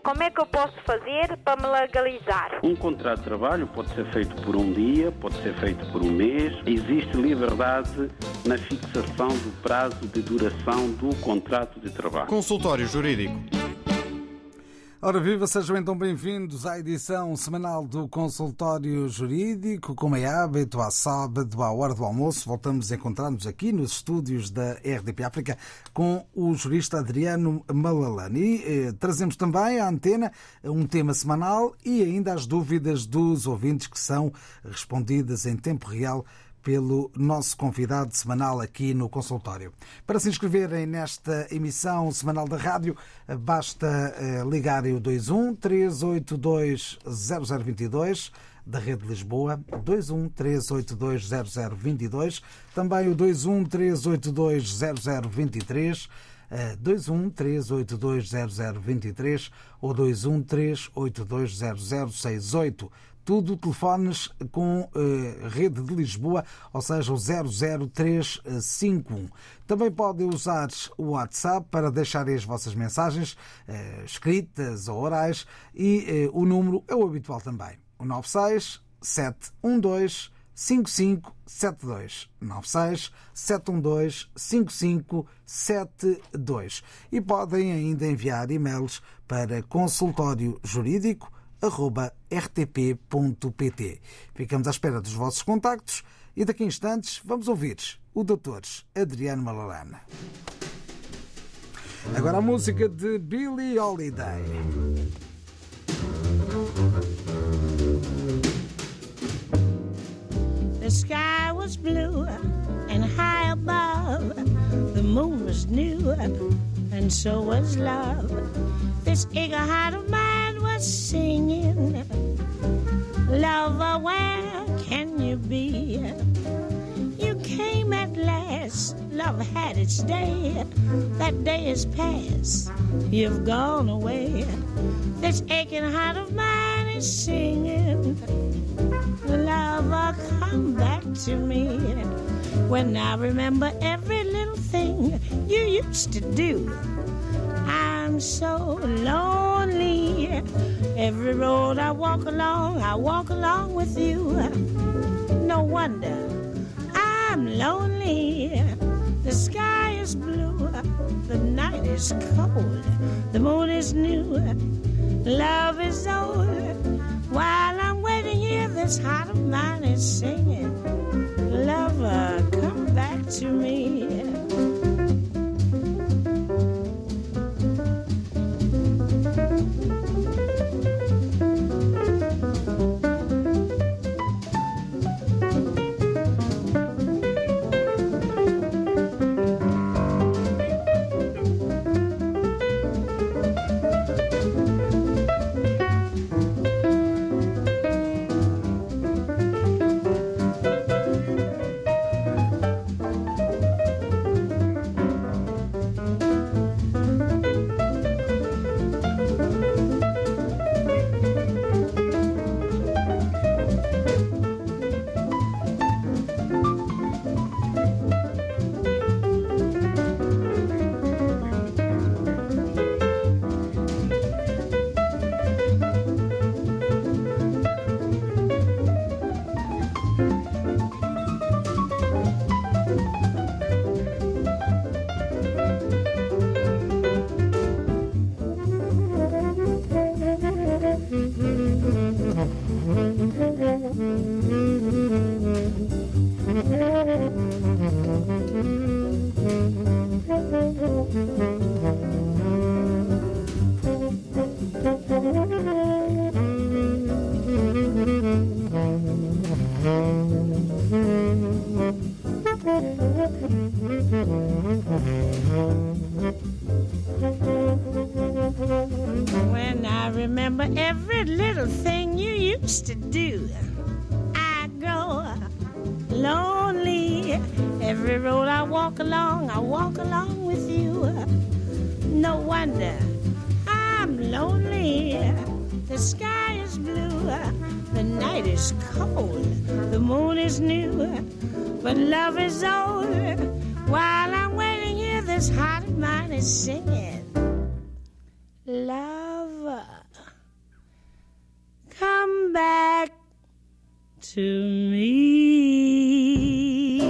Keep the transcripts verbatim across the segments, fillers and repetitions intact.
como é que eu posso fazer para me legalizar? Um contrato de trabalho pode ser feito por um dia, pode ser feito por um mês. Existe liberdade na fixação do prazo de duração do contrato de trabalho. Consultório Jurídico. Ora viva, sejam então bem-vindos à edição semanal do Consultório Jurídico. Como é hábito, à sábado, à hora do almoço, voltamos a encontrar-nos aqui nos estúdios da R D P África com o jurista Adriano Malalane. E eh, trazemos também à antena um tema semanal e ainda as dúvidas dos ouvintes que são respondidas em tempo real pelo nosso convidado semanal aqui no consultório. Para se inscreverem nesta emissão semanal da rádio, basta ligarem o dois um três oito dois zero zero dois dois da Rede Lisboa, dois um três oito dois zero zero dois dois, também o dois um três oito dois zero zero dois três, dois um três oito dois zero zero dois três ou dois um três oito dois zero zero seis oito. Tudo telefones com eh, Rede de Lisboa, ou seja, o zero zero três cinco um. Também podem usar o WhatsApp para deixarem as vossas mensagens eh, escritas ou orais e eh, o número é o habitual também, o nove seis sete um dois cinco cinco sete dois, nove seis sete um dois cinco cinco sete dois. E podem ainda enviar e-mails para consultório jurídico arroba r t p ponto p t. Ficamos à espera dos vossos contactos e daqui a instantes vamos ouvir o doutor Adriano Malalane. Agora a música de Billie Holiday. The sky was blue and high above. The moon was new and so was love. This eager heart of mine was singing, lover, where can you be? You came at last, love had its day. That day is past, you've gone away. This aching heart of mine is singing, lover, come back to me. When I remember every little thing you used to do, I'm so lonely. Every road I walk along, I walk along with you. No wonder I'm lonely. The sky is blue, the night is cold, the moon is new, love is old. While I'm waiting here, this heart of mine is singing, lover, come back to me. When I remember every little thing you used to do, I grow lonely. Every road I walk along, I walk along with you. No wonder I'm lonely. The sky is blue, the night is cold, the moon is new, but love is old. While I'm waiting here, this heart of mine is singing, lover, to me.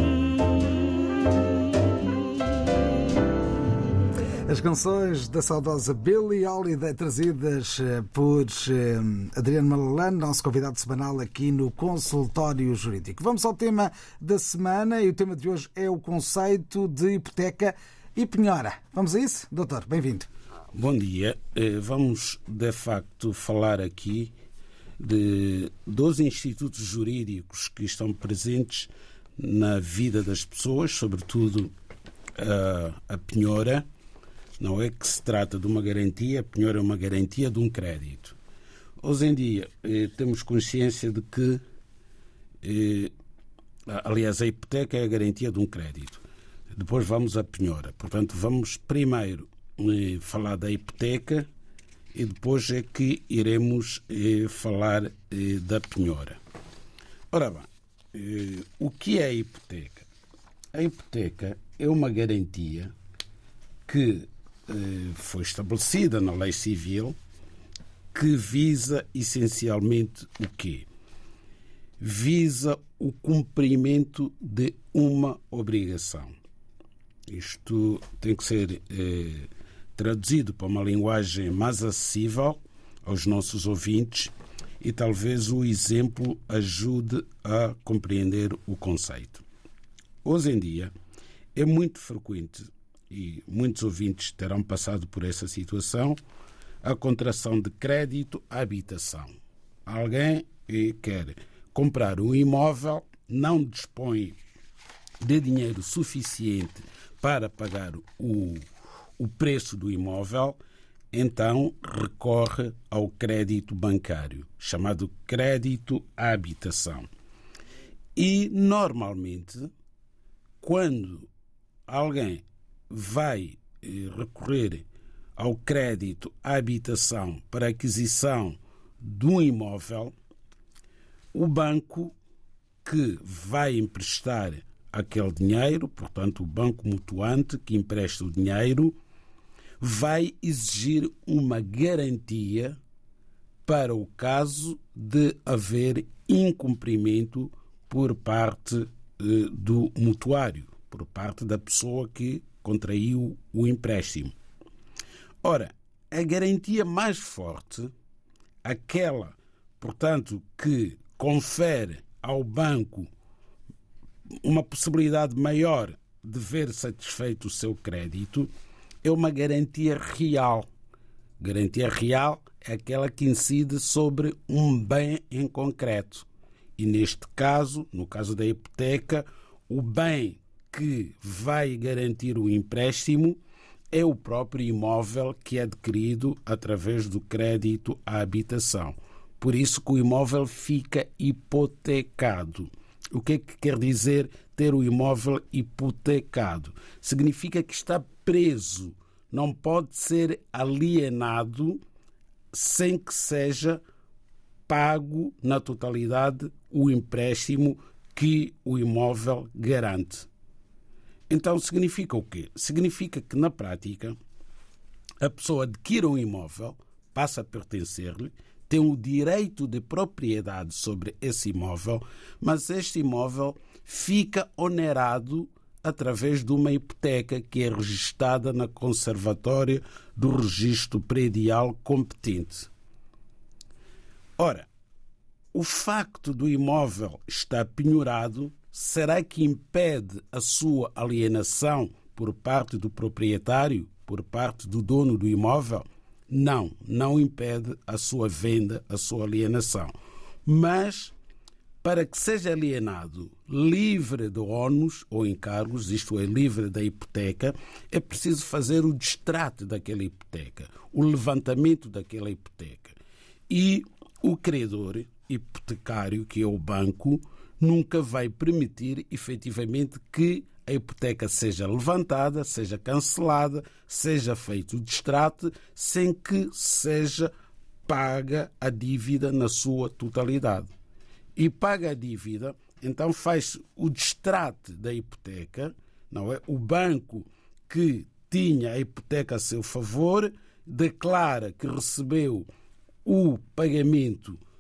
As canções da saudosa Billie Holiday, trazidas por Adriano Malalane, nosso convidado semanal aqui no Consultório Jurídico. Vamos ao tema da semana, e o tema de hoje é o conceito de hipoteca e penhora. Vamos a isso? Doutor, bem-vindo. Bom dia. Vamos, de facto, falar aqui de dois institutos jurídicos que estão presentes na vida das pessoas, sobretudo a, a penhora. Não é que se trata de uma garantia, a penhora é uma garantia de um crédito. Hoje em dia eh, temos consciência de que, eh, aliás, a hipoteca é a garantia de um crédito. Depois vamos à penhora. Portanto, vamos primeiro eh, falar da hipoteca e depois é que iremos eh, falar eh, da penhora. Ora bem, eh, o que é a hipoteca? A hipoteca é uma garantia que foi estabelecida na lei civil, que visa essencialmente o quê? Visa o cumprimento de uma obrigação. Isto tem que ser eh, traduzido para uma linguagem mais acessível aos nossos ouvintes e talvez o exemplo ajude a compreender o conceito. Hoje em dia é muito frequente, e muitos ouvintes terão passado por essa situação, a contração de crédito à habitação. Alguém quer comprar um imóvel, não dispõe de dinheiro suficiente para pagar o, o preço do imóvel, então recorre ao crédito bancário, chamado crédito à habitação. E, normalmente, quando alguém vai recorrer ao crédito à habitação para a aquisição de um imóvel, o banco que vai emprestar aquele dinheiro, portanto o banco mutuante que empresta o dinheiro, vai exigir uma garantia para o caso de haver incumprimento por parte eh, do mutuário, por parte da pessoa que contraiu o empréstimo. Ora, a garantia mais forte, aquela, portanto, que confere ao banco uma possibilidade maior de ver satisfeito o seu crédito, é uma garantia real. Garantia real é aquela que incide sobre um bem em concreto. E neste caso, no caso da hipoteca, o bem que vai garantir o empréstimo é o próprio imóvel que é adquirido através do crédito à habitação. Por isso que o imóvel fica hipotecado. O que é que quer dizer ter o imóvel hipotecado? Significa que está preso, não pode ser alienado sem que seja pago na totalidade o empréstimo que o imóvel garante. Então, significa o quê? Significa que, na prática, a pessoa adquire um imóvel, passa a pertencer-lhe, tem o direito de propriedade sobre esse imóvel, mas este imóvel fica onerado através de uma hipoteca que é registada na Conservatória do Registro Predial competente. Ora, o facto do imóvel estar penhorado, será que impede a sua alienação por parte do proprietário, por parte do dono do imóvel? Não, não impede a sua venda, a sua alienação. Mas, para que seja alienado livre de ônus ou encargos, isto é, livre da hipoteca, é preciso fazer o distrato daquela hipoteca, o levantamento daquela hipoteca. E o credor hipotecário, que é o banco, nunca vai permitir efetivamente que a hipoteca seja levantada, seja cancelada, seja feito o distrate, sem que seja paga a dívida na sua totalidade. E paga a dívida, então faz o distrate da hipoteca, não é? O banco que tinha a hipoteca a seu favor declara que recebeu o pagamento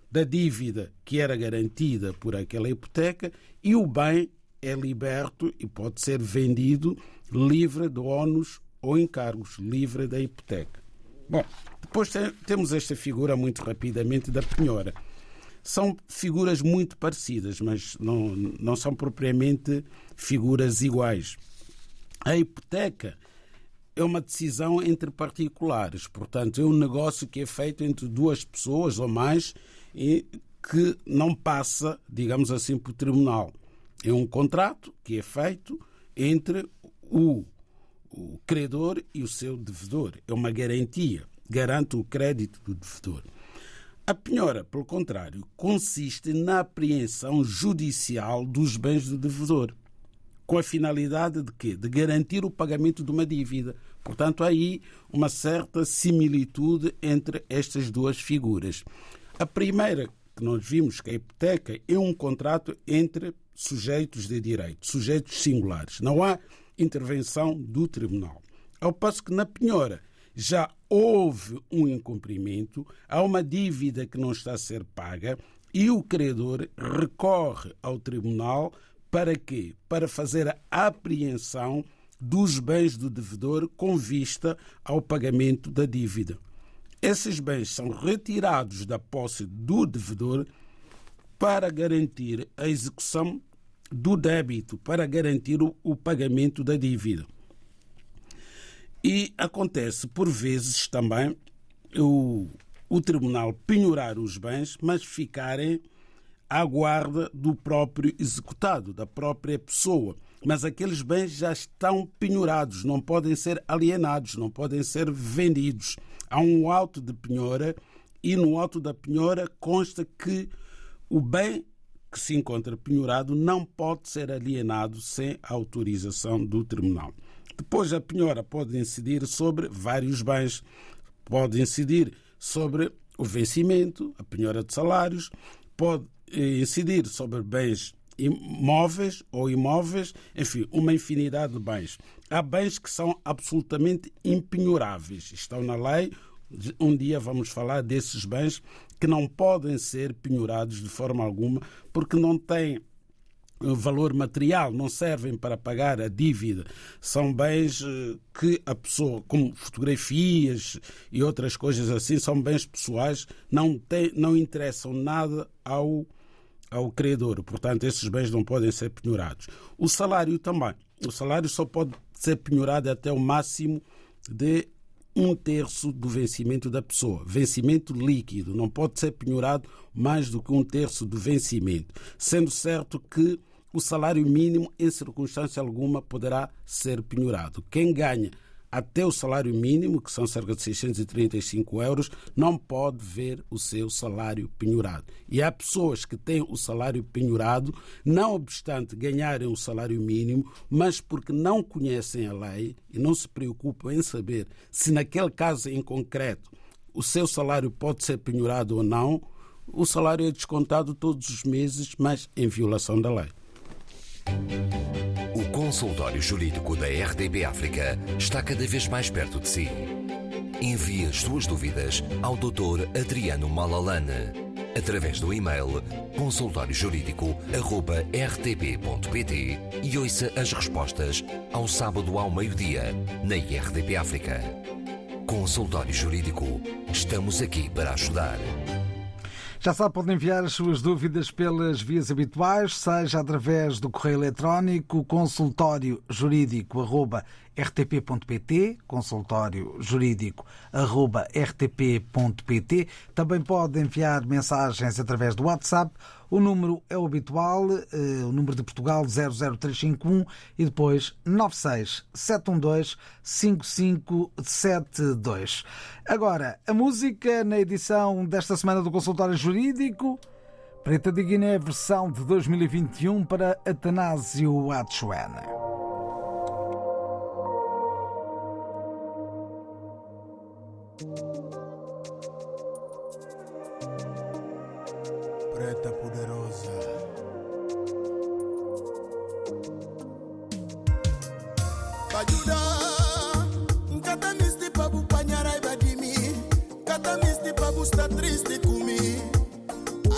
da dívida que era garantida por aquela hipoteca e o bem é liberto e pode ser vendido livre de ónus ou encargos, livre da hipoteca. Bom, depois temos esta figura muito rapidamente da penhora. São figuras muito parecidas, mas não, não são propriamente figuras iguais. A hipoteca é uma decisão entre particulares, portanto, é um negócio que é feito entre duas pessoas ou mais e que não passa, digamos assim, por tribunal. É um contrato que é feito entre o, o credor e o seu devedor. É uma garantia, garante o crédito do devedor. A penhora, pelo contrário, consiste na apreensão judicial dos bens do devedor, com a finalidade de quê? De garantir o pagamento de uma dívida. Portanto, há aí uma certa similitude entre estas duas figuras. A primeira que nós vimos, que a hipoteca, é um contrato entre sujeitos de direito, sujeitos singulares. Não há intervenção do tribunal. Ao passo que na penhora já houve um incumprimento, há uma dívida que não está a ser paga e o credor recorre ao tribunal para quê? Para fazer a apreensão dos bens do devedor com vista ao pagamento da dívida. Esses bens são retirados da posse do devedor para garantir a execução do débito, para garantir o, o pagamento da dívida. E acontece, por vezes, também o, o tribunal penhorar os bens, mas ficarem à guarda do próprio executado, da própria pessoa. Mas aqueles bens já estão penhorados, não podem ser alienados, não podem ser vendidos. Há um auto de penhora e no auto da penhora consta que o bem que se encontra penhorado não pode ser alienado sem a autorização do tribunal. Depois, a penhora pode incidir sobre vários bens. Pode incidir sobre o vencimento, a penhora de salários, pode incidir sobre bens imóveis ou imóveis, enfim, uma infinidade de bens. Há bens que são absolutamente impenhoráveis. Estão na lei. Um dia vamos falar desses bens que não podem ser penhorados de forma alguma porque não têm valor material, não servem para pagar a dívida. São bens que a pessoa, como fotografias e outras coisas assim, são bens pessoais, não, tem, não interessam nada ao, ao credor. Portanto, esses bens não podem ser penhorados. O salário também. O salário só pode ser penhorado até o máximo de um terço do vencimento da pessoa. Vencimento líquido. Não pode ser penhorado mais do que um terço do vencimento. Sendo certo que o salário mínimo, em circunstância alguma, poderá ser penhorado. Quem ganha até o salário mínimo, que são cerca de seiscentos e trinta e cinco euros, não pode ver o seu salário penhorado. E há pessoas que têm o salário penhorado, não obstante ganharem o salário mínimo, mas porque não conhecem a lei e não se preocupam em saber se naquele caso em concreto o seu salário pode ser penhorado ou não, o salário é descontado todos os meses, mas em violação da lei. O consultório jurídico da R D P África está cada vez mais perto de si. Envie as suas dúvidas ao doutor Adriano Malalane através do e-mail consultório jurídico arroba r t p ponto p t e ouça as respostas ao sábado ao meio-dia na R D P África. Consultório Jurídico. Estamos aqui para ajudar. Já sabe, podem enviar as suas dúvidas pelas vias habituais, seja através do correio eletrónico consultório jurídico arroba r t p ponto p t, consultório jurídico arroba r t p ponto p t. Também pode enviar mensagens através do WhatsApp. O número é o habitual, o número de Portugal zero zero três cinco um e depois nove seis sete um dois cinco cinco sete dois. Agora, a música na edição desta semana do Consultório Jurídico, Preta de Guiné, versão de dois mil e vinte e um para Atanásio Achuana. Preta poderosa, Bajuda, nkata misti pabu panyarai badimi, kata misti pabu sta triste kumi,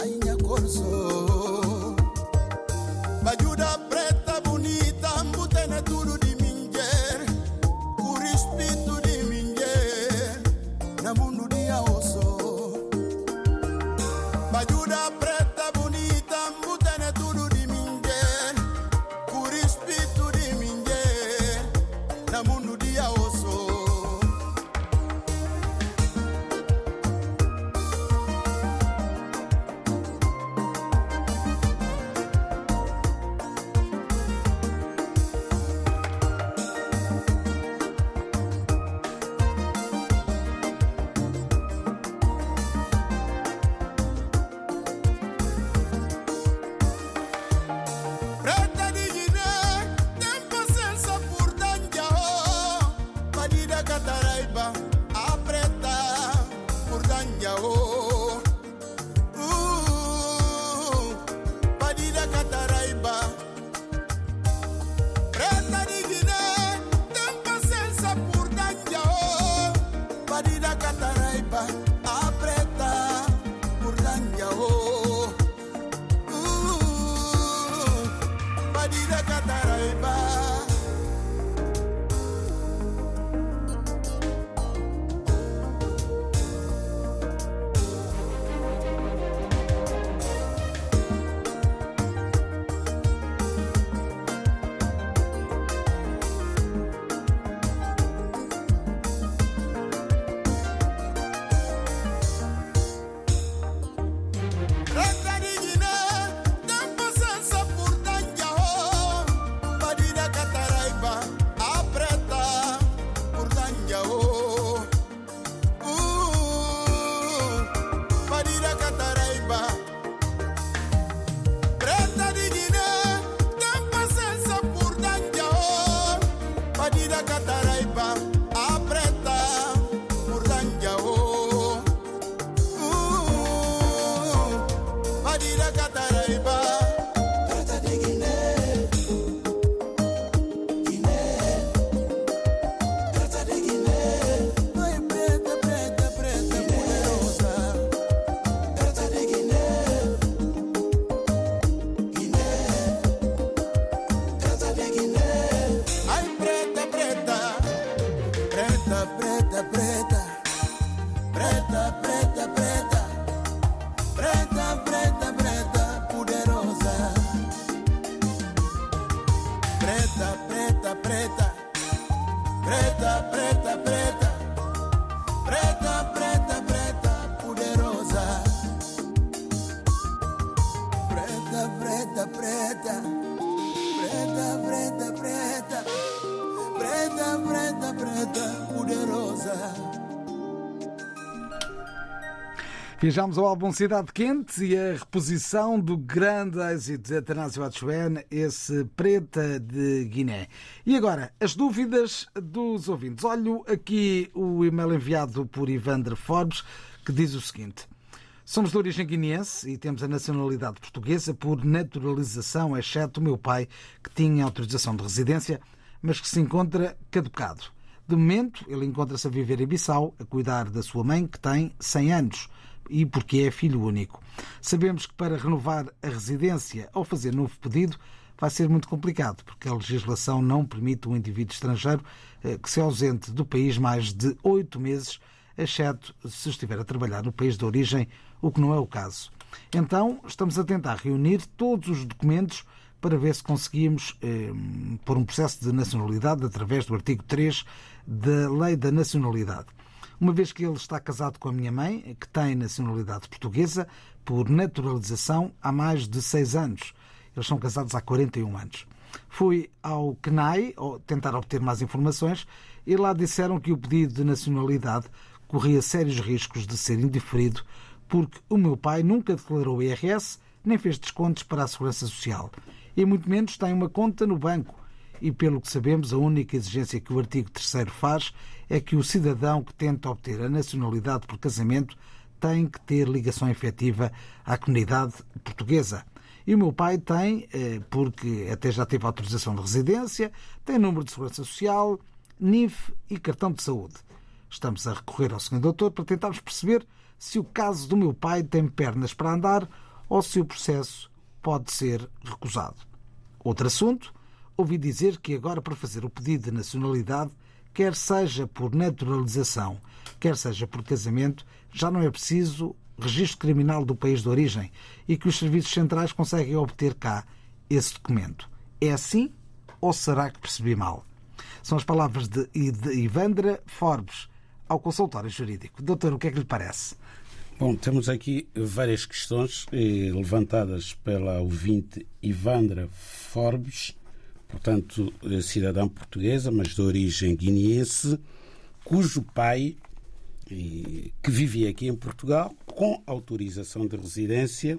Badida Cataraiba, a preta, Murlanja, oh. Uh, Badida Cataraiba. Viajamos ao álbum Cidade Quente e a reposição do grande êxito de Atanásio Achuene, esse Preta de Guiné. E agora, as dúvidas dos ouvintes. Olho aqui o e-mail enviado por Ivandre Forbes, que diz o seguinte: somos de origem guineense e temos a nacionalidade portuguesa por naturalização, exceto o meu pai, que tinha autorização de residência, mas que se encontra caducado. De momento, ele encontra-se a viver em Bissau, a cuidar da sua mãe, que tem cem anos. E porque é filho único. Sabemos que para renovar a residência ou fazer novo pedido vai ser muito complicado, porque a legislação não permite um indivíduo estrangeiro que se ausente do país mais de oito meses, exceto se estiver a trabalhar no país de origem, o que não é o caso. Então, estamos a tentar reunir todos os documentos para ver se conseguimos eh, pôr um processo de nacionalidade através do artigo três da Lei da Nacionalidade. Uma vez que ele está casado com a minha mãe, que tem nacionalidade portuguesa, por naturalização há mais de seis anos. Eles são casados há quarenta e um anos. Fui ao C N A I tentar obter mais informações e lá disseram que o pedido de nacionalidade corria sérios riscos de ser indeferido porque o meu pai nunca declarou I R S nem fez descontos para a Segurança Social e muito menos tem uma conta no banco. E, pelo que sabemos, a única exigência que o artigo terceiro faz é que o cidadão que tenta obter a nacionalidade por casamento tem que ter ligação efetiva à comunidade portuguesa. E o meu pai tem, porque até já teve autorização de residência, tem número de segurança social, N I F e cartão de saúde. Estamos a recorrer ao senhor doutor para tentarmos perceber se o caso do meu pai tem pernas para andar ou se o processo pode ser recusado. Outro assunto. Ouvi dizer que agora para fazer o pedido de nacionalidade, quer seja por naturalização, quer seja por casamento, já não é preciso registro criminal do país de origem e que os serviços centrais conseguem obter cá esse documento. É assim ou será que percebi mal? São as palavras de Ivandre Forbes ao consultório jurídico. Doutor, o que é que lhe parece? Bom, temos aqui várias questões eh, levantadas pela ouvinte Ivandre Forbes, portanto, cidadã portuguesa, mas de origem guineense, cujo pai, que vivia aqui em Portugal, com autorização de residência,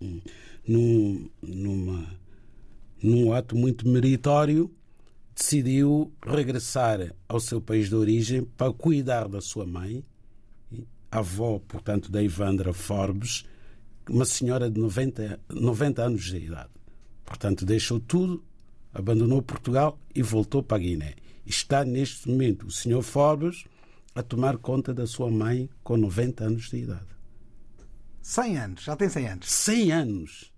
num, numa, num ato muito meritório, decidiu regressar ao seu país de origem para cuidar da sua mãe, a avó, portanto, da Ivandre Forbes, uma senhora de noventa, noventa anos de idade. Portanto, deixou tudo, abandonou Portugal e voltou para a Guiné. Está neste momento o senhor Forbes a tomar conta da sua mãe com noventa anos de idade. cem anos, já tem cem anos. cem anos.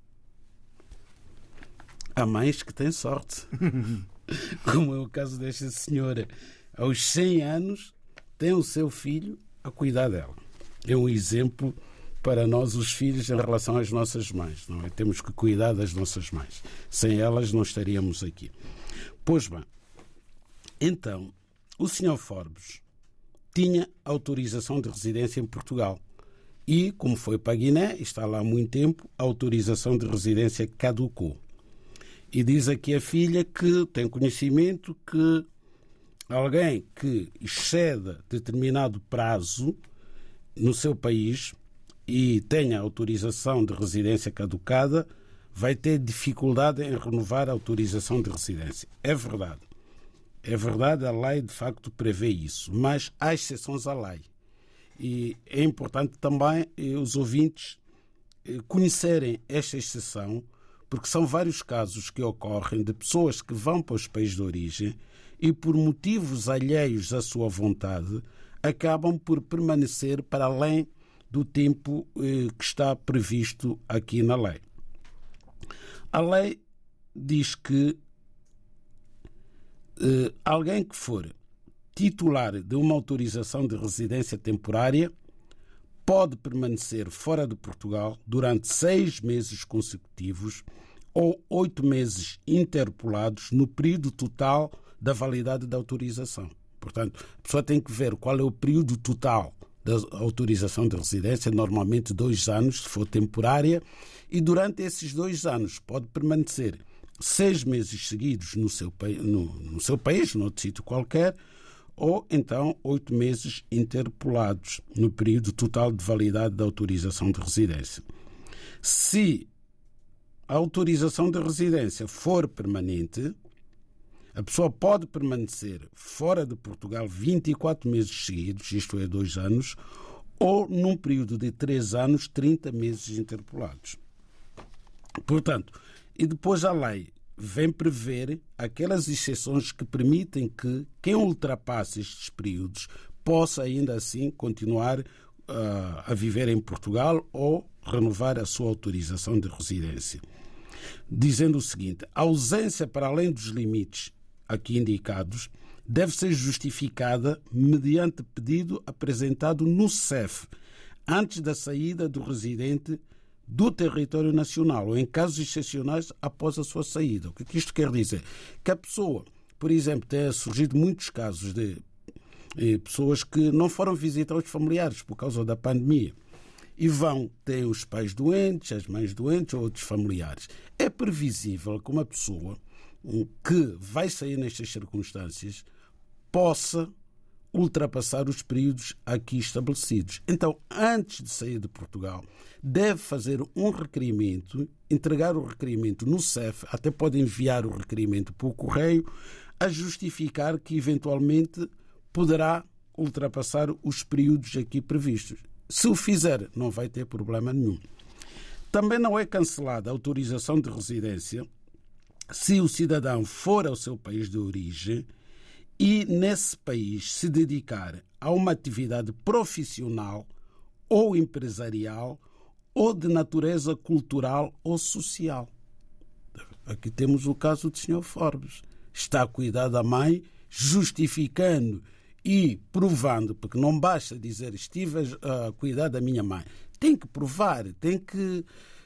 Há mães que têm sorte. Como é o caso desta senhora. Aos cem anos tem o seu filho a cuidar dela. É um exemplo para nós, os filhos, em relação às nossas mães. Não é? Temos que cuidar das nossas mães. Sem elas não estaríamos aqui. Pois bem, então, o senhor Forbes tinha autorização de residência em Portugal. E, como foi para a Guiné, está lá há muito tempo, a autorização de residência caducou. E diz aqui a filha que tem conhecimento que alguém que exceda determinado prazo no seu país e tenha autorização de residência caducada vai ter dificuldade em renovar a autorização de residência. É verdade. É verdade, a lei de facto prevê isso, mas há exceções à lei. E é importante também os ouvintes conhecerem esta exceção, porque são vários casos que ocorrem de pessoas que vão para os países de origem e, por motivos alheios à sua vontade, acabam por permanecer para além do tempo que está previsto aqui na lei. A lei diz que eh, alguém que for titular de uma autorização de residência temporária pode permanecer fora de Portugal durante seis meses consecutivos ou oito meses interpolados no período total da validade da autorização. Portanto, a pessoa tem que ver qual é o período total da autorização de residência, normalmente dois anos, se for temporária, e durante esses dois anos pode permanecer seis meses seguidos no seu, no, no seu país, noutro sítio qualquer, ou então oito meses interpolados no período total de validade da autorização de residência. Se a autorização de residência for permanente, a pessoa pode permanecer fora de Portugal vinte e quatro meses seguidos, isto é, dois anos, ou num período de três anos, trinta meses interpolados. Portanto, e depois a lei vem prever aquelas exceções que permitem que quem ultrapasse estes períodos possa ainda assim continuar uh, a viver em Portugal ou renovar a sua autorização de residência. Dizendo o seguinte: a ausência para além dos limites aqui indicados deve ser justificada mediante pedido apresentado no C E F antes da saída do residente do território nacional ou em casos excepcionais após a sua saída. O que isto quer dizer? Que a pessoa, por exemplo, tem surgido muitos casos de eh, pessoas que não foram visitar os familiares por causa da pandemia e vão ter os pais doentes, as mães doentes ou outros familiares. É previsível que uma pessoa que vai sair nestas circunstâncias possa ultrapassar os períodos aqui estabelecidos. Então, antes de sair de Portugal, deve fazer um requerimento, entregar o requerimento no C E F, até pode enviar o requerimento por correio, a justificar que eventualmente poderá ultrapassar os períodos aqui previstos. Se o fizer, não vai ter problema nenhum. Também não é cancelada a autorização de residência se o cidadão for ao seu país de origem e nesse país se dedicar a uma atividade profissional ou empresarial ou de natureza cultural ou social. Aqui temos o caso do senhor Forbes. Está a cuidar da mãe, justificando e provando, porque não basta dizer estive a cuidar da minha mãe. Tem que provar, tem que...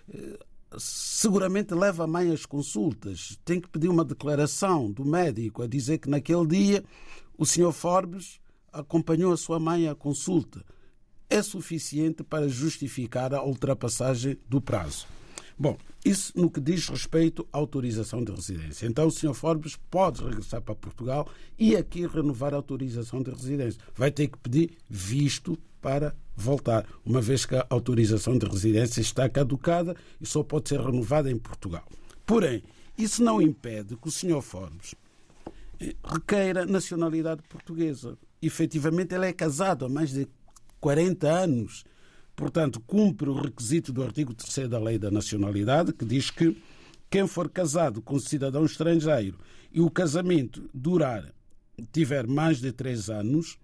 Seguramente leva a mãe às consultas, tem que pedir uma declaração do médico a dizer que naquele dia o senhor Forbes acompanhou a sua mãe à consulta. É suficiente para justificar a ultrapassagem do prazo. Bom, isso no que diz respeito à autorização de residência. Então o senhor Forbes pode regressar para Portugal e aqui renovar a autorização de residência. Vai ter que pedir visto para voltar, uma vez que a autorização de residência está caducada e só pode ser renovada em Portugal. Porém, isso não impede que o senhor Forbes requeira nacionalidade portuguesa. Efetivamente, ele é casado há mais de quarenta anos. Portanto, cumpre o requisito do artigo terceiro da Lei da Nacionalidade, que diz que quem for casado com cidadão estrangeiro e o casamento durar, tiver mais de três anos,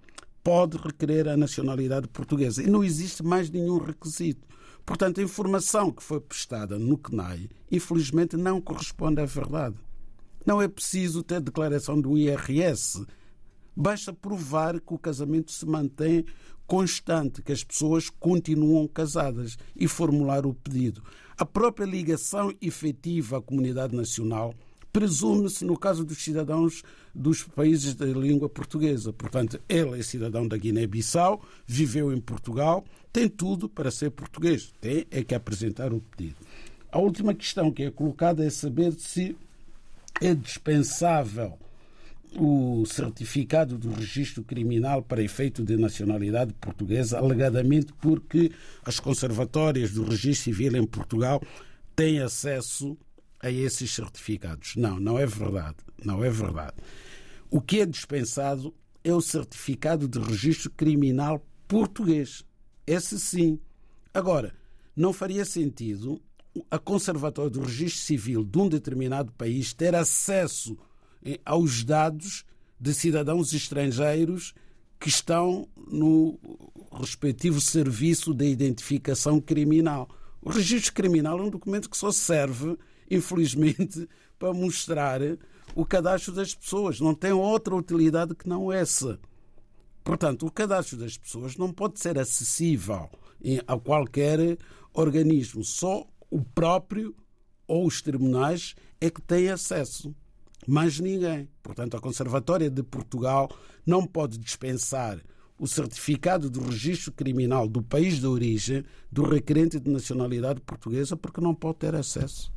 pode requerer a nacionalidade portuguesa. E não existe mais nenhum requisito. Portanto, a informação que foi prestada no C N A I, infelizmente, não corresponde à verdade. Não é preciso ter declaração do I R S. Basta provar que o casamento se mantém constante, que as pessoas continuam casadas e formular o pedido. A própria ligação efetiva à comunidade nacional presume-se no caso dos cidadãos dos países da língua portuguesa. Portanto, ele é cidadão da Guiné-Bissau, viveu em Portugal, tem tudo para ser português. Tem é que apresentar o pedido. A última questão que é colocada é saber se é dispensável o certificado do registro criminal para efeito de nacionalidade portuguesa, alegadamente porque as conservatórias do registro civil em Portugal têm acesso a esses certificados. Não, não é verdade. Não é verdade. O que é dispensado é o certificado de registro criminal português. Esse sim. Agora, não faria sentido a conservatória do registro civil de um determinado país ter acesso aos dados de cidadãos estrangeiros que estão no respectivo serviço de identificação criminal. O registro criminal é um documento que só serve, infelizmente, para mostrar o cadastro das pessoas. Não tem outra utilidade que não essa. Portanto, o cadastro das pessoas não pode ser acessível a qualquer organismo. Só o próprio ou os tribunais é que têm acesso. Mais ninguém. Portanto, a Conservatória de Portugal não pode dispensar o certificado do registro criminal do país de origem do requerente de nacionalidade portuguesa porque não pode ter acesso.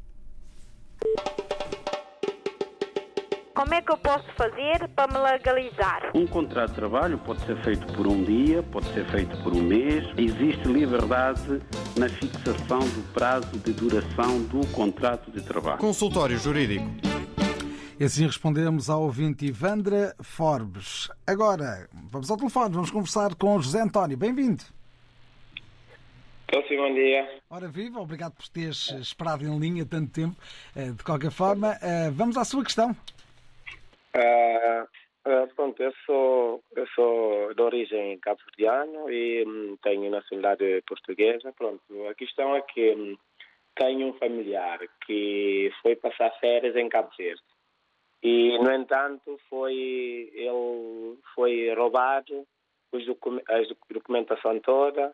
Como é que eu posso fazer para me legalizar? Um contrato de trabalho pode ser feito por um dia, pode ser feito por um mês. Existe liberdade na fixação do prazo de duração do contrato de trabalho. Consultório Jurídico. E assim respondemos ao ouvinte Ivandra Forbes. Agora, vamos ao telefone, vamos conversar com José António. Bem-vindo. Então, sim, bom dia. Ora viva, obrigado por teres esperado em linha tanto tempo. De qualquer forma, vamos à sua questão. Uh, uh, pronto, eu sou, eu sou de origem cabo-verdiano e hum, tenho nacionalidade portuguesa. Pronto, a questão é que hum, tenho um familiar que foi passar férias em Cabo Verde. E, no entanto, foi, ele foi roubado os docu- a documentação toda,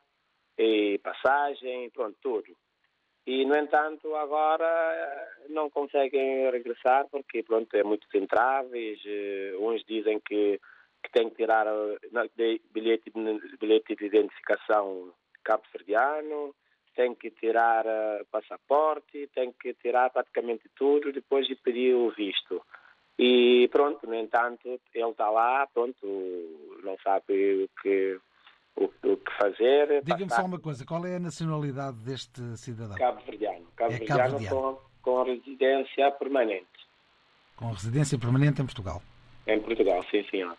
e passagem, pronto, tudo. E, no entanto, agora não conseguem regressar porque, pronto, é muitos entraves. Uns dizem que, que têm que tirar de bilhete, de, bilhete de identificação cabo-verdiano, têm que tirar passaporte, têm que tirar praticamente tudo depois de pedir o visto. E pronto, no entanto, ele está lá, pronto, não sabe o que, o, o que fazer. Diga-me só uma coisa, qual é a nacionalidade deste cidadão? Cabo-verdiano. Cabo-verdiano, é Cabo-verdiano. Com, com residência permanente. Com residência permanente em Portugal? Em Portugal, sim, senhora.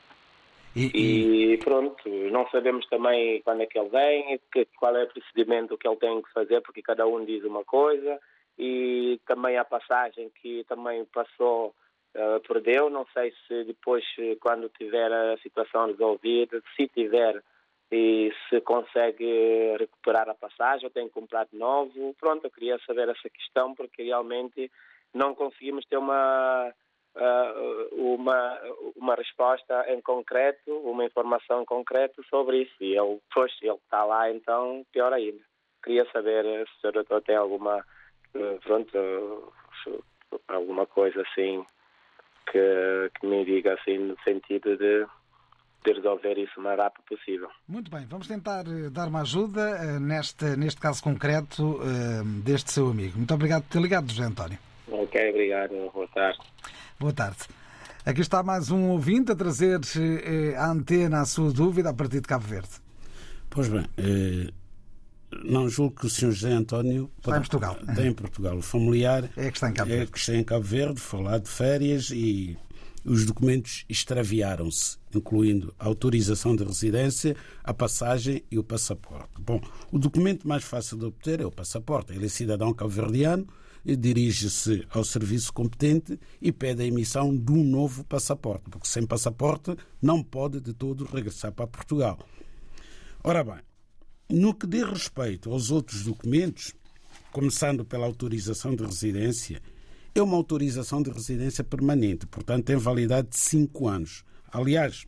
E, e... e pronto, não sabemos também quando é que ele vem, que, qual é o procedimento que ele tem que fazer, porque cada um diz uma coisa. E também a passagem que também passou... Uh, perdeu, não sei se depois, quando tiver a situação resolvida, se tiver e se consegue recuperar a passagem ou tem que comprar de novo. Pronto, eu queria saber essa questão porque realmente não conseguimos ter uma, uh, uma, uma resposta em concreto, uma informação concreta sobre isso. E ele, pois, ele está lá, então pior ainda. Queria saber se o doutor tem alguma, uh, pronto, uh, alguma coisa assim Que, que me diga assim no sentido de, de resolver isso o mais rápido possível. Muito bem, vamos tentar dar uma ajuda uh, neste, neste caso concreto uh, deste seu amigo. Muito obrigado por ter ligado, José António. Ok, obrigado. Boa tarde. Boa tarde. Aqui está mais um ouvinte a trazer uh, a antena a sua dúvida a partir de Cabo Verde. Pois bem, eh, não julgo que o senhor José António está em Portugal. Está em Portugal. O familiar é que está em Cabo Verde. É que está em Cabo Verde, foi lá de férias e os documentos extraviaram-se, incluindo a autorização de residência, a passagem e o passaporte. Bom, o documento mais fácil de obter é o passaporte. Ele é cidadão cabo-verdiano, dirige-se ao serviço competente e pede a emissão de um novo passaporte, porque sem passaporte não pode de todo regressar para Portugal. Ora bem, no que diz respeito aos outros documentos, começando pela autorização de residência, é uma autorização de residência permanente, portanto tem validade de cinco anos. Aliás,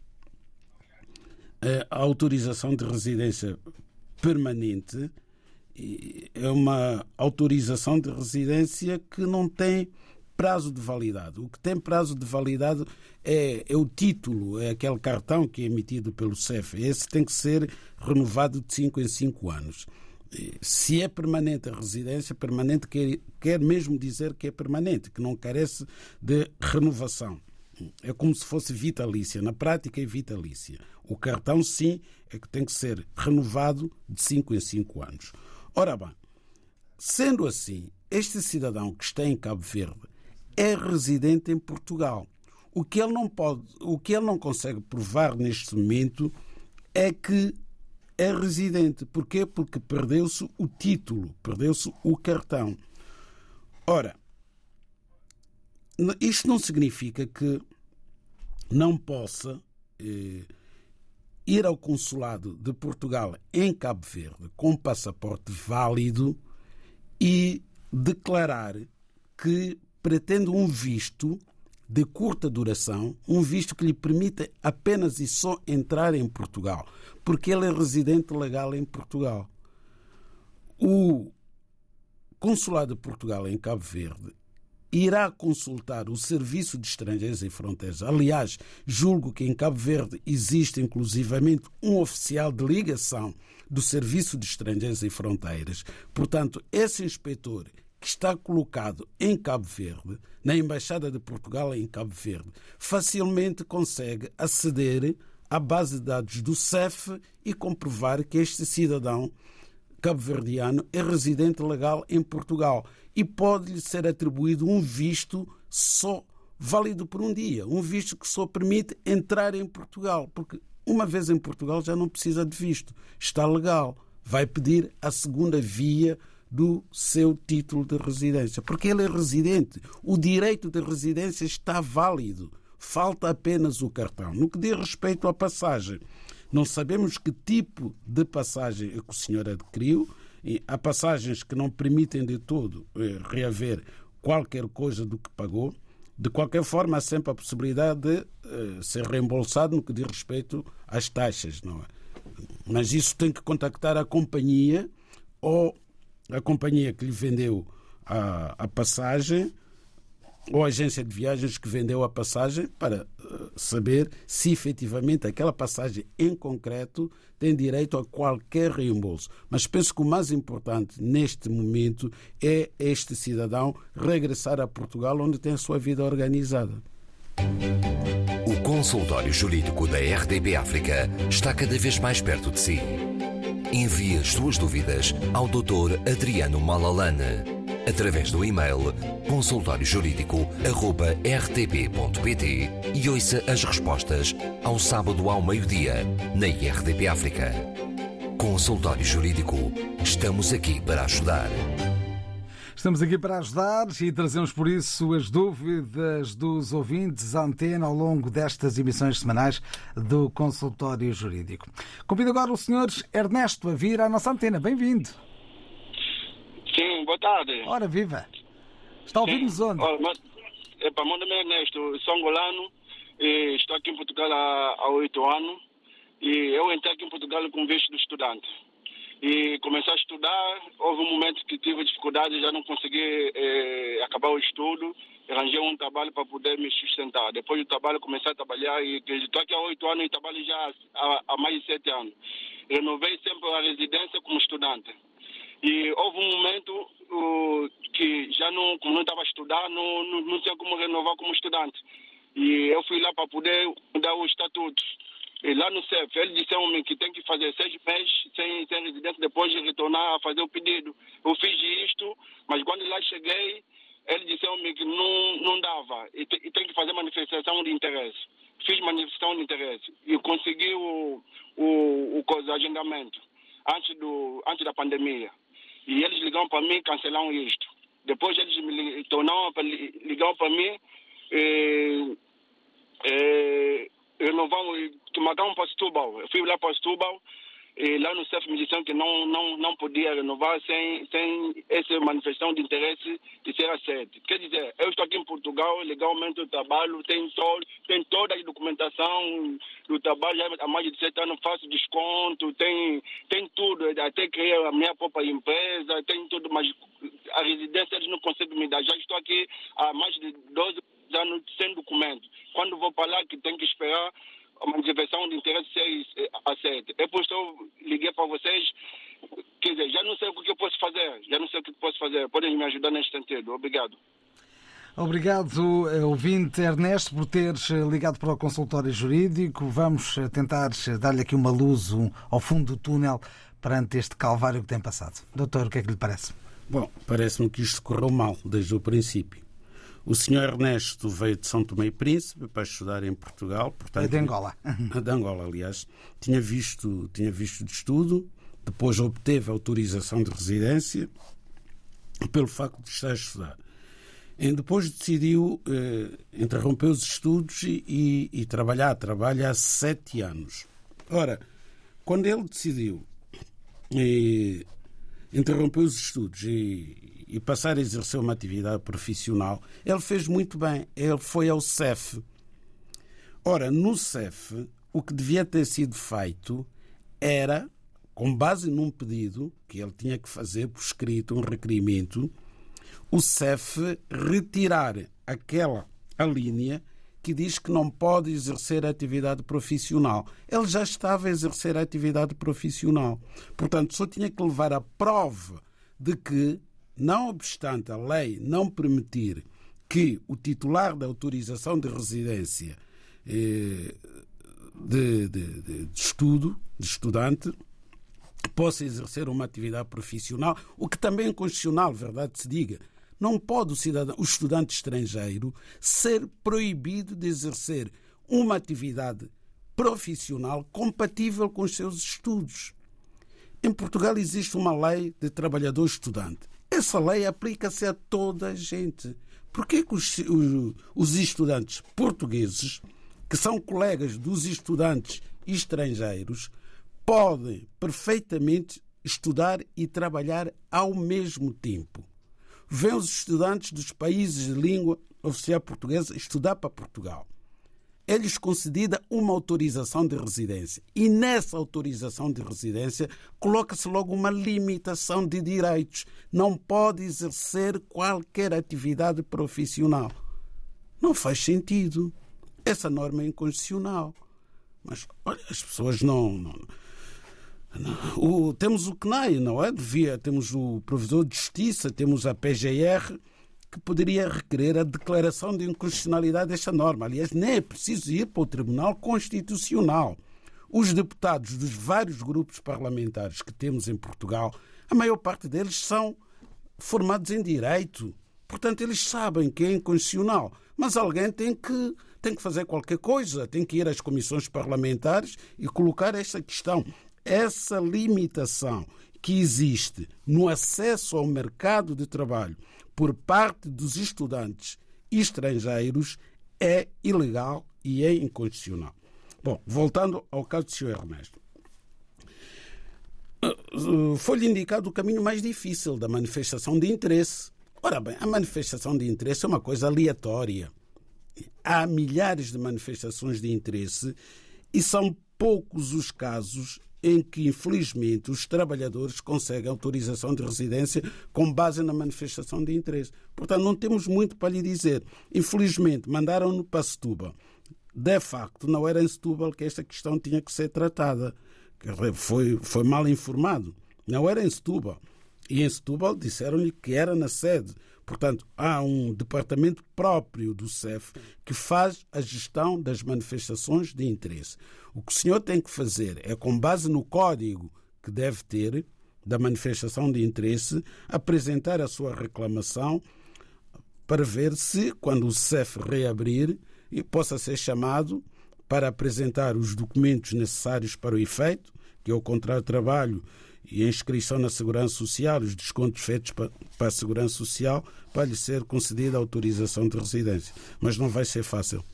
a autorização de residência permanente é uma autorização de residência que não tem prazo de validade. O que tem prazo de validade é, é o título, é aquele cartão que é emitido pelo C E F. Esse tem que ser renovado de cinco em cinco anos. Se é permanente a residência, permanente quer, quer mesmo dizer que é permanente, que não carece de renovação. É como se fosse vitalícia. Na prática é vitalícia. O cartão, sim, é que tem que ser renovado de cinco em cinco anos. Ora bem, sendo assim, este cidadão que está em Cabo Verde é residente em Portugal. O que ele não pode, o que ele não consegue provar neste momento é que é residente. Porquê? Porque perdeu-se o título, perdeu-se o cartão. Ora, isto não significa que não possa eh, ir ao consulado de Portugal em Cabo Verde com passaporte válido e declarar que pretende um visto de curta duração, um visto que lhe permita apenas e só entrar em Portugal, porque ele é residente legal em Portugal. O Consulado de Portugal em Cabo Verde irá consultar o Serviço de Estrangeiros e Fronteiras. Aliás, julgo que em Cabo Verde existe inclusivamente um oficial de ligação do Serviço de Estrangeiros e Fronteiras. Portanto, esse inspetor que está colocado em Cabo Verde, na Embaixada de Portugal em Cabo Verde, facilmente consegue aceder à base de dados do C E F e comprovar que este cidadão cabo-verdiano é residente legal em Portugal e pode-lhe ser atribuído um visto só válido por um dia, um visto que só permite entrar em Portugal, porque uma vez em Portugal já não precisa de visto, está legal, vai pedir a segunda via do seu título de residência, porque ele é residente. O direito de residência está válido. Falta apenas o cartão. No que diz respeito à passagem, não sabemos que tipo de passagem é que o senhor adquiriu. E há passagens que não permitem de todo eh, reaver qualquer coisa do que pagou. De qualquer forma, há sempre a possibilidade de eh, ser reembolsado no que diz respeito às taxas, não é? Mas isso tem que contactar a companhia ou a companhia que lhe vendeu a, a passagem ou a agência de viagens que vendeu a passagem para uh, saber se efetivamente aquela passagem em concreto tem direito a qualquer reembolso. Mas penso que o mais importante neste momento é este cidadão regressar a Portugal, onde tem a sua vida organizada. O consultório jurídico da R D P África está cada vez mais perto de si. Envie as suas dúvidas ao doutor Adriano Malalane através do e-mail consultório jurídico arroba r t p ponto p t e ouça as respostas ao sábado ao meio-dia na R D P África. Consultório Jurídico. Estamos aqui para ajudar. Estamos aqui para ajudar e trazemos por isso as dúvidas dos ouvintes à antena ao longo destas emissões semanais do Consultório Jurídico. Convido agora o senhor Ernesto a vir à nossa antena. Bem-vindo. Sim, boa tarde. Ora, viva. Está a ouvir-nos onde? Epa, meu nome é Ernesto, sou angolano e estou aqui em Portugal há, há oito anos e eu entrei aqui em Portugal com visto de estudante. E comecei a estudar, houve um momento que tive dificuldade, já não consegui eh, acabar o estudo, arranjei um trabalho para poder me sustentar. Depois do trabalho comecei a trabalhar e estou aqui há oito anos e trabalho já há, há mais de sete anos. Renovei sempre a residência como estudante. E houve um momento uh, que já não, como não estava a estudar, não, não, não tinha como renovar como estudante. E eu fui lá para poder mudar o estatuto. E lá no C E F, ele disse-me que tem que fazer seis meses sem, sem residência, depois de retornar a fazer o pedido. Eu fiz isto, mas quando lá cheguei, ele disse-me que não, não dava e, te, e tem que fazer manifestação de interesse. Fiz manifestação de interesse e consegui o, o, o, o agendamento antes, do, antes da pandemia. E eles ligaram para mim e cancelaram isto. Depois eles me tornaram, ligaram para mim, e, e, renovaram, marcaram para Setúbal. Eu fui lá para Setúbal, e lá no C E F me disseram que não, não, não podia renovar sem, sem essa manifestação de interesse de ser aceito. Quer dizer, eu estou aqui em Portugal, legalmente eu trabalho, tenho, todo, tenho toda a documentação do trabalho, já há mais de sete anos faço desconto, tem, tem tudo, até criei a minha própria empresa, tem tudo, mas a residência eles não conseguem me dar. Já estou aqui há mais de doze anos sem documento. Quando vou para lá que tenho que esperar a manifestação de interesse ser aceita. É por isso que eu liguei para vocês, quer dizer, já não sei o que eu posso fazer, já não sei o que eu posso fazer. Podem me ajudar neste sentido. Obrigado. Obrigado, ouvinte Ernesto, por teres ligado para o consultório jurídico. Vamos tentar dar-lhe aqui uma luz ao fundo do túnel perante este calvário que tem passado. Doutor, o que é que lhe parece? Bom, parece-me que isto correu mal desde o princípio. O senhor Ernesto veio de São Tomé e Príncipe para estudar em Portugal. Portanto, é de Angola. De Angola, aliás. Tinha visto, tinha visto de estudo, depois obteve autorização de residência pelo facto de estar a estudar. E depois decidiu eh, interromper os estudos e, e, e trabalhar. Trabalha há sete anos. Ora, quando ele decidiu eh, interromper os estudos e, e passar a exercer uma atividade profissional, ele fez muito bem. Ele foi ao C E F. Ora, no C E F, o que devia ter sido feito era, com base num pedido que ele tinha que fazer por escrito, um requerimento, o C E F retirar aquela a linha que diz que não pode exercer atividade profissional. Ele já estava a exercer atividade profissional. Portanto, só tinha que levar a prova de que, não obstante a lei não permitir que o titular da autorização de residência eh, de, de, de, de estudo, de estudante, possa exercer uma atividade profissional, o que também é constitucional, verdade se diga. Não pode o, cidadão, o estudante estrangeiro ser proibido de exercer uma atividade profissional compatível com os seus estudos. Em Portugal existe uma lei de trabalhador estudante. Essa lei aplica-se a toda a gente. Por que que os, os, os estudantes portugueses, que são colegas dos estudantes estrangeiros, podem perfeitamente estudar e trabalhar ao mesmo tempo? Vêm os estudantes dos países de língua oficial portuguesa estudar para Portugal. É-lhes concedida uma autorização de residência. E nessa autorização de residência coloca-se logo uma limitação de direitos. Não pode exercer qualquer atividade profissional. Não faz sentido. Essa norma é inconstitucional. Mas, olha, as pessoas não... não O, temos o C N A I, não é? Devia, temos o Provedor de Justiça, temos a P G R, que poderia requerer a declaração de inconstitucionalidade desta norma. Aliás, nem é preciso ir para o Tribunal Constitucional. Os deputados dos vários grupos parlamentares que temos em Portugal, a maior parte deles são formados em Direito. Portanto, eles sabem que é inconstitucional. Mas alguém tem que, tem que fazer qualquer coisa, tem que ir às comissões parlamentares e colocar esta questão. Essa limitação que existe no acesso ao mercado de trabalho por parte dos estudantes estrangeiros é ilegal e é inconstitucional. Bom, voltando ao caso do senhor Ernesto. Foi-lhe indicado o caminho mais difícil da manifestação de interesse. Ora bem, a manifestação de interesse é uma coisa aleatória. Há milhares de manifestações de interesse e são poucos os casos em que, infelizmente, os trabalhadores conseguem autorização de residência com base na manifestação de interesse. Portanto, não temos muito para lhe dizer. Infelizmente, mandaram-no para Setúbal. De facto, não era em Setúbal que esta questão tinha que ser tratada. Foi, foi mal informado. Não era em Setúbal. E em Setúbal disseram-lhe que era na sede. Portanto, há um departamento próprio do C E F que faz a gestão das manifestações de interesse. O que o senhor tem que fazer é, com base no código que deve ter da manifestação de interesse, apresentar a sua reclamação para ver se, quando o C E F reabrir, possa ser chamado para apresentar os documentos necessários para o efeito, que é o contrato de trabalho e a inscrição na Segurança Social, os descontos feitos para, para a Segurança Social, para lhe ser concedida a autorização de residência. Mas não vai ser fácil.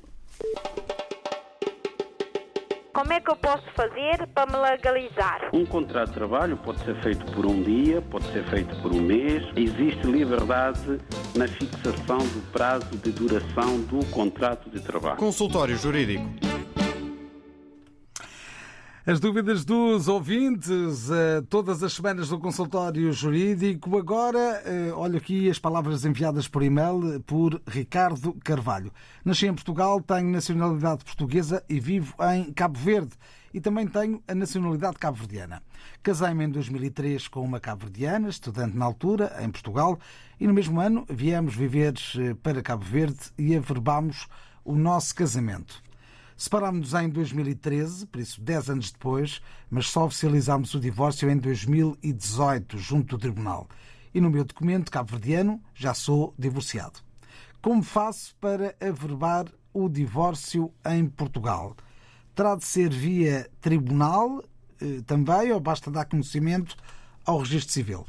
Como é que eu posso fazer para me legalizar? Um contrato de trabalho pode ser feito por um dia, pode ser feito por um mês. Existe liberdade na fixação do prazo de duração do contrato de trabalho. Consultório Jurídico. As dúvidas dos ouvintes, todas as semanas do consultório jurídico. Agora, olho aqui as palavras enviadas por e-mail por Ricardo Carvalho. Nasci em Portugal, tenho nacionalidade portuguesa e vivo em Cabo Verde. E também tenho a nacionalidade cabo-verdiana. Casei-me em dois mil e três com uma cabo-verdiana, estudante na altura, em Portugal, e no mesmo ano viemos viver para Cabo Verde e averbámos o nosso casamento. Separámos-nos em dois mil e treze, por isso dez anos depois, mas só oficializámos o divórcio em dois mil e dezoito, junto do Tribunal. E no meu documento cabo-verdiano já sou divorciado. Como faço para averbar o divórcio em Portugal? Terá de ser via tribunal eh, também ou basta dar conhecimento ao Registro Civil?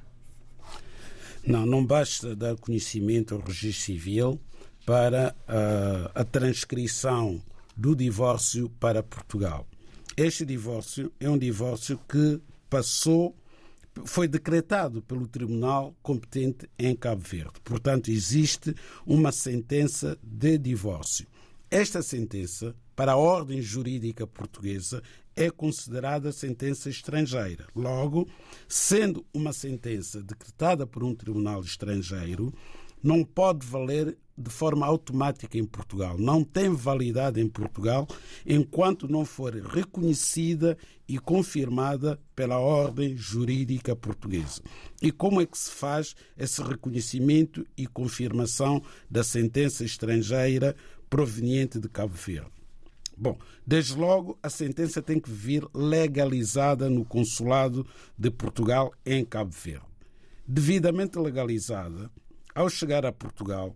Não, não basta dar conhecimento ao Registro Civil para uh, a transcrição do divórcio para Portugal. Este divórcio é um divórcio que passou, foi decretado pelo Tribunal competente em Cabo Verde. Portanto, existe uma sentença de divórcio. Esta sentença, para a ordem jurídica portuguesa, é considerada sentença estrangeira. Logo, sendo uma sentença decretada por um tribunal estrangeiro, não pode valer de forma automática em Portugal. Não tem validade em Portugal enquanto não for reconhecida e confirmada pela ordem jurídica portuguesa. E como é que se faz esse reconhecimento e confirmação da sentença estrangeira proveniente de Cabo Verde? Bom, desde logo a sentença tem que vir legalizada no Consulado de Portugal em Cabo Verde. Devidamente legalizada, ao chegar a Portugal,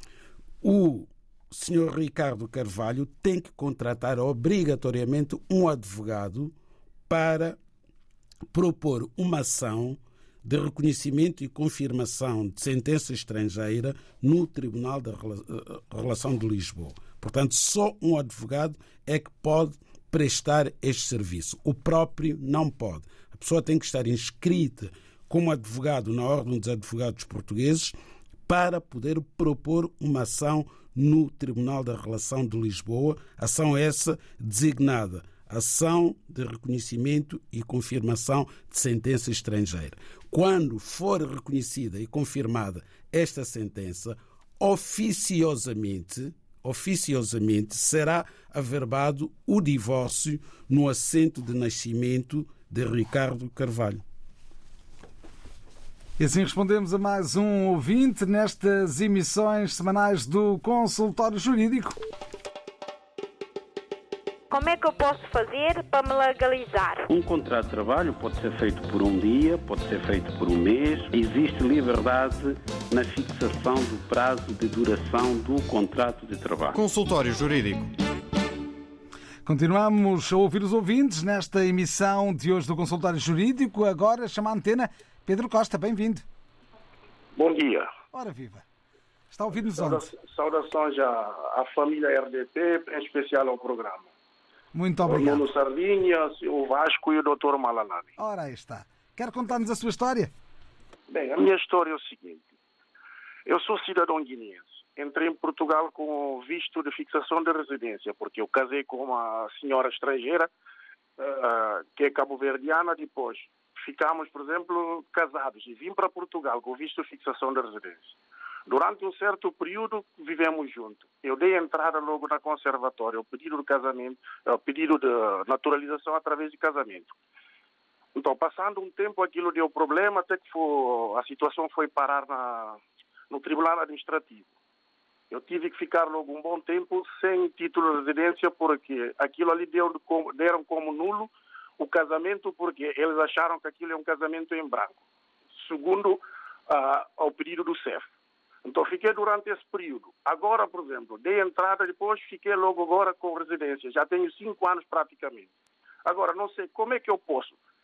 o senhor Ricardo Carvalho tem que contratar obrigatoriamente um advogado para propor uma ação de reconhecimento e confirmação de sentença estrangeira no Tribunal da Relação de Lisboa. Portanto, só um advogado é que pode prestar este serviço. O próprio não pode. A pessoa tem que estar inscrita como advogado na Ordem dos Advogados Portugueses para poder propor uma ação no Tribunal da Relação de Lisboa, ação essa designada Ação de Reconhecimento e Confirmação de Sentença Estrangeira. Quando for reconhecida e confirmada esta sentença, oficiosamente, oficiosamente será averbado o divórcio no assento de nascimento de Ricardo Carvalho. E assim respondemos a mais um ouvinte nestas emissões semanais do Consultório Jurídico. Como é que eu posso fazer para me legalizar? Um contrato de trabalho pode ser feito por um dia, pode ser feito por um mês. Existe liberdade na fixação do prazo de duração do contrato de trabalho. Consultório Jurídico. Continuamos a ouvir os ouvintes nesta emissão de hoje do Consultório Jurídico. Agora chama a antena Pedro Costa. Bem-vindo. Bom dia. Ora viva. Está a ouvir-nos onde? Saudações à, à família R D P, em especial ao programa. Muito obrigado. O Nuno Sardinha, o Vasco e o doutor Malalani. Ora, aí está. Quer contar-nos a sua história? Bem, a minha história é o seguinte. Eu sou cidadão guineense. Entrei em Portugal com visto de fixação de residência, porque eu casei com uma senhora estrangeira, uh, que é cabo-verdiana. Depois ficámos, por exemplo, casados e vim para Portugal com visto de fixação de residência. Durante um certo período vivemos juntos. Eu dei entrada logo na conservatória, o pedido de casamento, o pedido de naturalização através de casamento. Então, passando um tempo, aquilo deu problema, até que foi, a situação foi parar na, no Tribunal Administrativo. Eu tive que ficar logo um bom tempo sem título de residência, porque aquilo ali deu, deram como nulo o casamento, porque eles acharam que aquilo é um casamento em branco, segundo uh, ao pedido do C E F. Então, fiquei durante esse período. Agora, por exemplo, dei entrada, depois fiquei logo agora com residência. Já tenho cinco anos praticamente. Agora, não sei como é que eu posso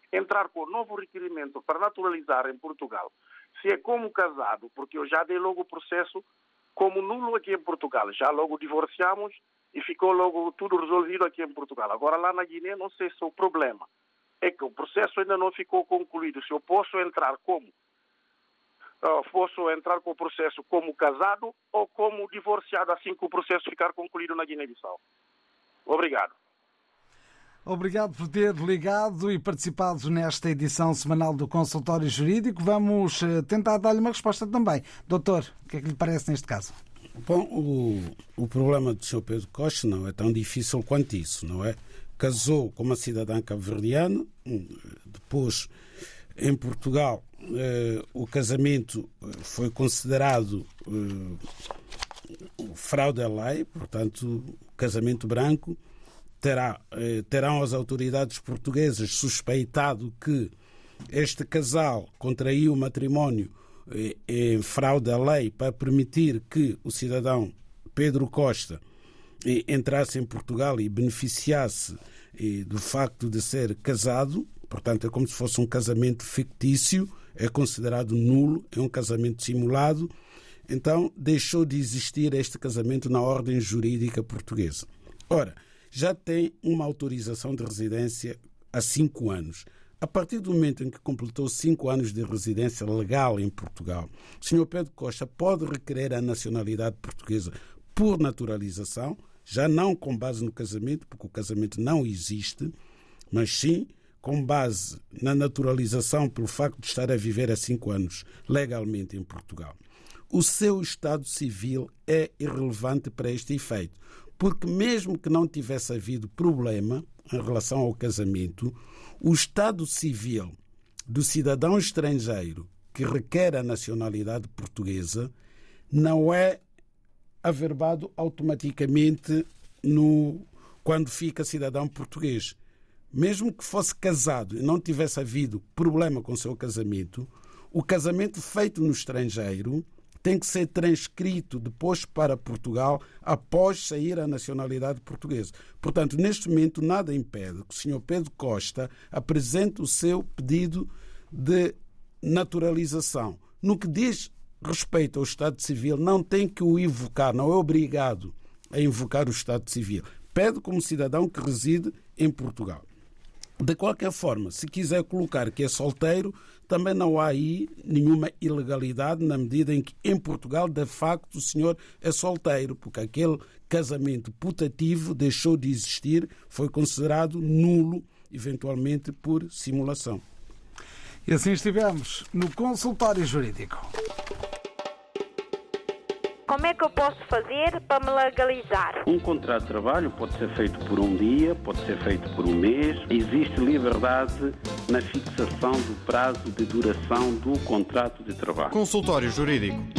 entrar com novo requerimento para naturalizar em Portugal, se é como casado, porque eu já dei logo o processo como nulo aqui em Portugal, já logo divorciamos e ficou logo tudo resolvido aqui em Portugal. Agora lá na Guiné não sei se o problema é que o processo ainda não ficou concluído, se eu posso entrar como uh, posso entrar com o processo como casado ou como divorciado assim que o processo ficar concluído na Guiné-Bissau. Obrigado. Obrigado por ter ligado e participado nesta edição semanal do Consultório Jurídico. Vamos tentar dar-lhe uma resposta também. Doutor, o que é que lhe parece neste caso? Bom, o, o problema do senhor Pedro Costa não é tão difícil quanto isso, não é? Casou com uma cidadã cabo-verdiana, depois em Portugal eh, o casamento foi considerado eh, fraude à lei, portanto, casamento branco. Terá, eh, terão as autoridades portuguesas suspeitado que este casal contraiu o matrimónio eh, em fraude à lei para permitir que o cidadão Pedro Costa eh, entrasse em Portugal e beneficiasse eh, do facto de ser casado. Portanto, é como se fosse um casamento fictício, é considerado nulo, é um casamento simulado. Então, deixou de existir este casamento na ordem jurídica portuguesa. Ora, já tem uma autorização de residência há cinco anos. A partir do momento em que completou cinco anos de residência legal em Portugal, o senhor Pedro Costa pode requerer a nacionalidade portuguesa por naturalização, já não com base no casamento, porque o casamento não existe, mas sim com base na naturalização pelo facto de estar a viver há cinco anos legalmente em Portugal. O seu estado civil é irrelevante para este efeito, porque mesmo que não tivesse havido problema em relação ao casamento, o estado civil do cidadão estrangeiro que requer a nacionalidade portuguesa não é averbado automaticamente no, quando fica cidadão português. Mesmo que fosse casado e não tivesse havido problema com o seu casamento, o casamento feito no estrangeiro tem que ser transcrito depois para Portugal após sair a nacionalidade portuguesa. Portanto, neste momento, nada impede que o senhor Pedro Costa apresente o seu pedido de naturalização. No que diz respeito ao Estado Civil, não tem que o invocar, não é obrigado a invocar o Estado Civil. Pede como cidadão que reside em Portugal. De qualquer forma, se quiser colocar que é solteiro, também não há aí nenhuma ilegalidade na medida em que em Portugal, de facto, o senhor é solteiro, porque aquele casamento putativo deixou de existir, foi considerado nulo, eventualmente por simulação. E assim estivemos no Consultório Jurídico. Como é que eu posso fazer para me legalizar? Um contrato de trabalho pode ser feito por um dia, pode ser feito por um mês. Existe liberdade na fixação do prazo de duração do contrato de trabalho. Consultório Jurídico.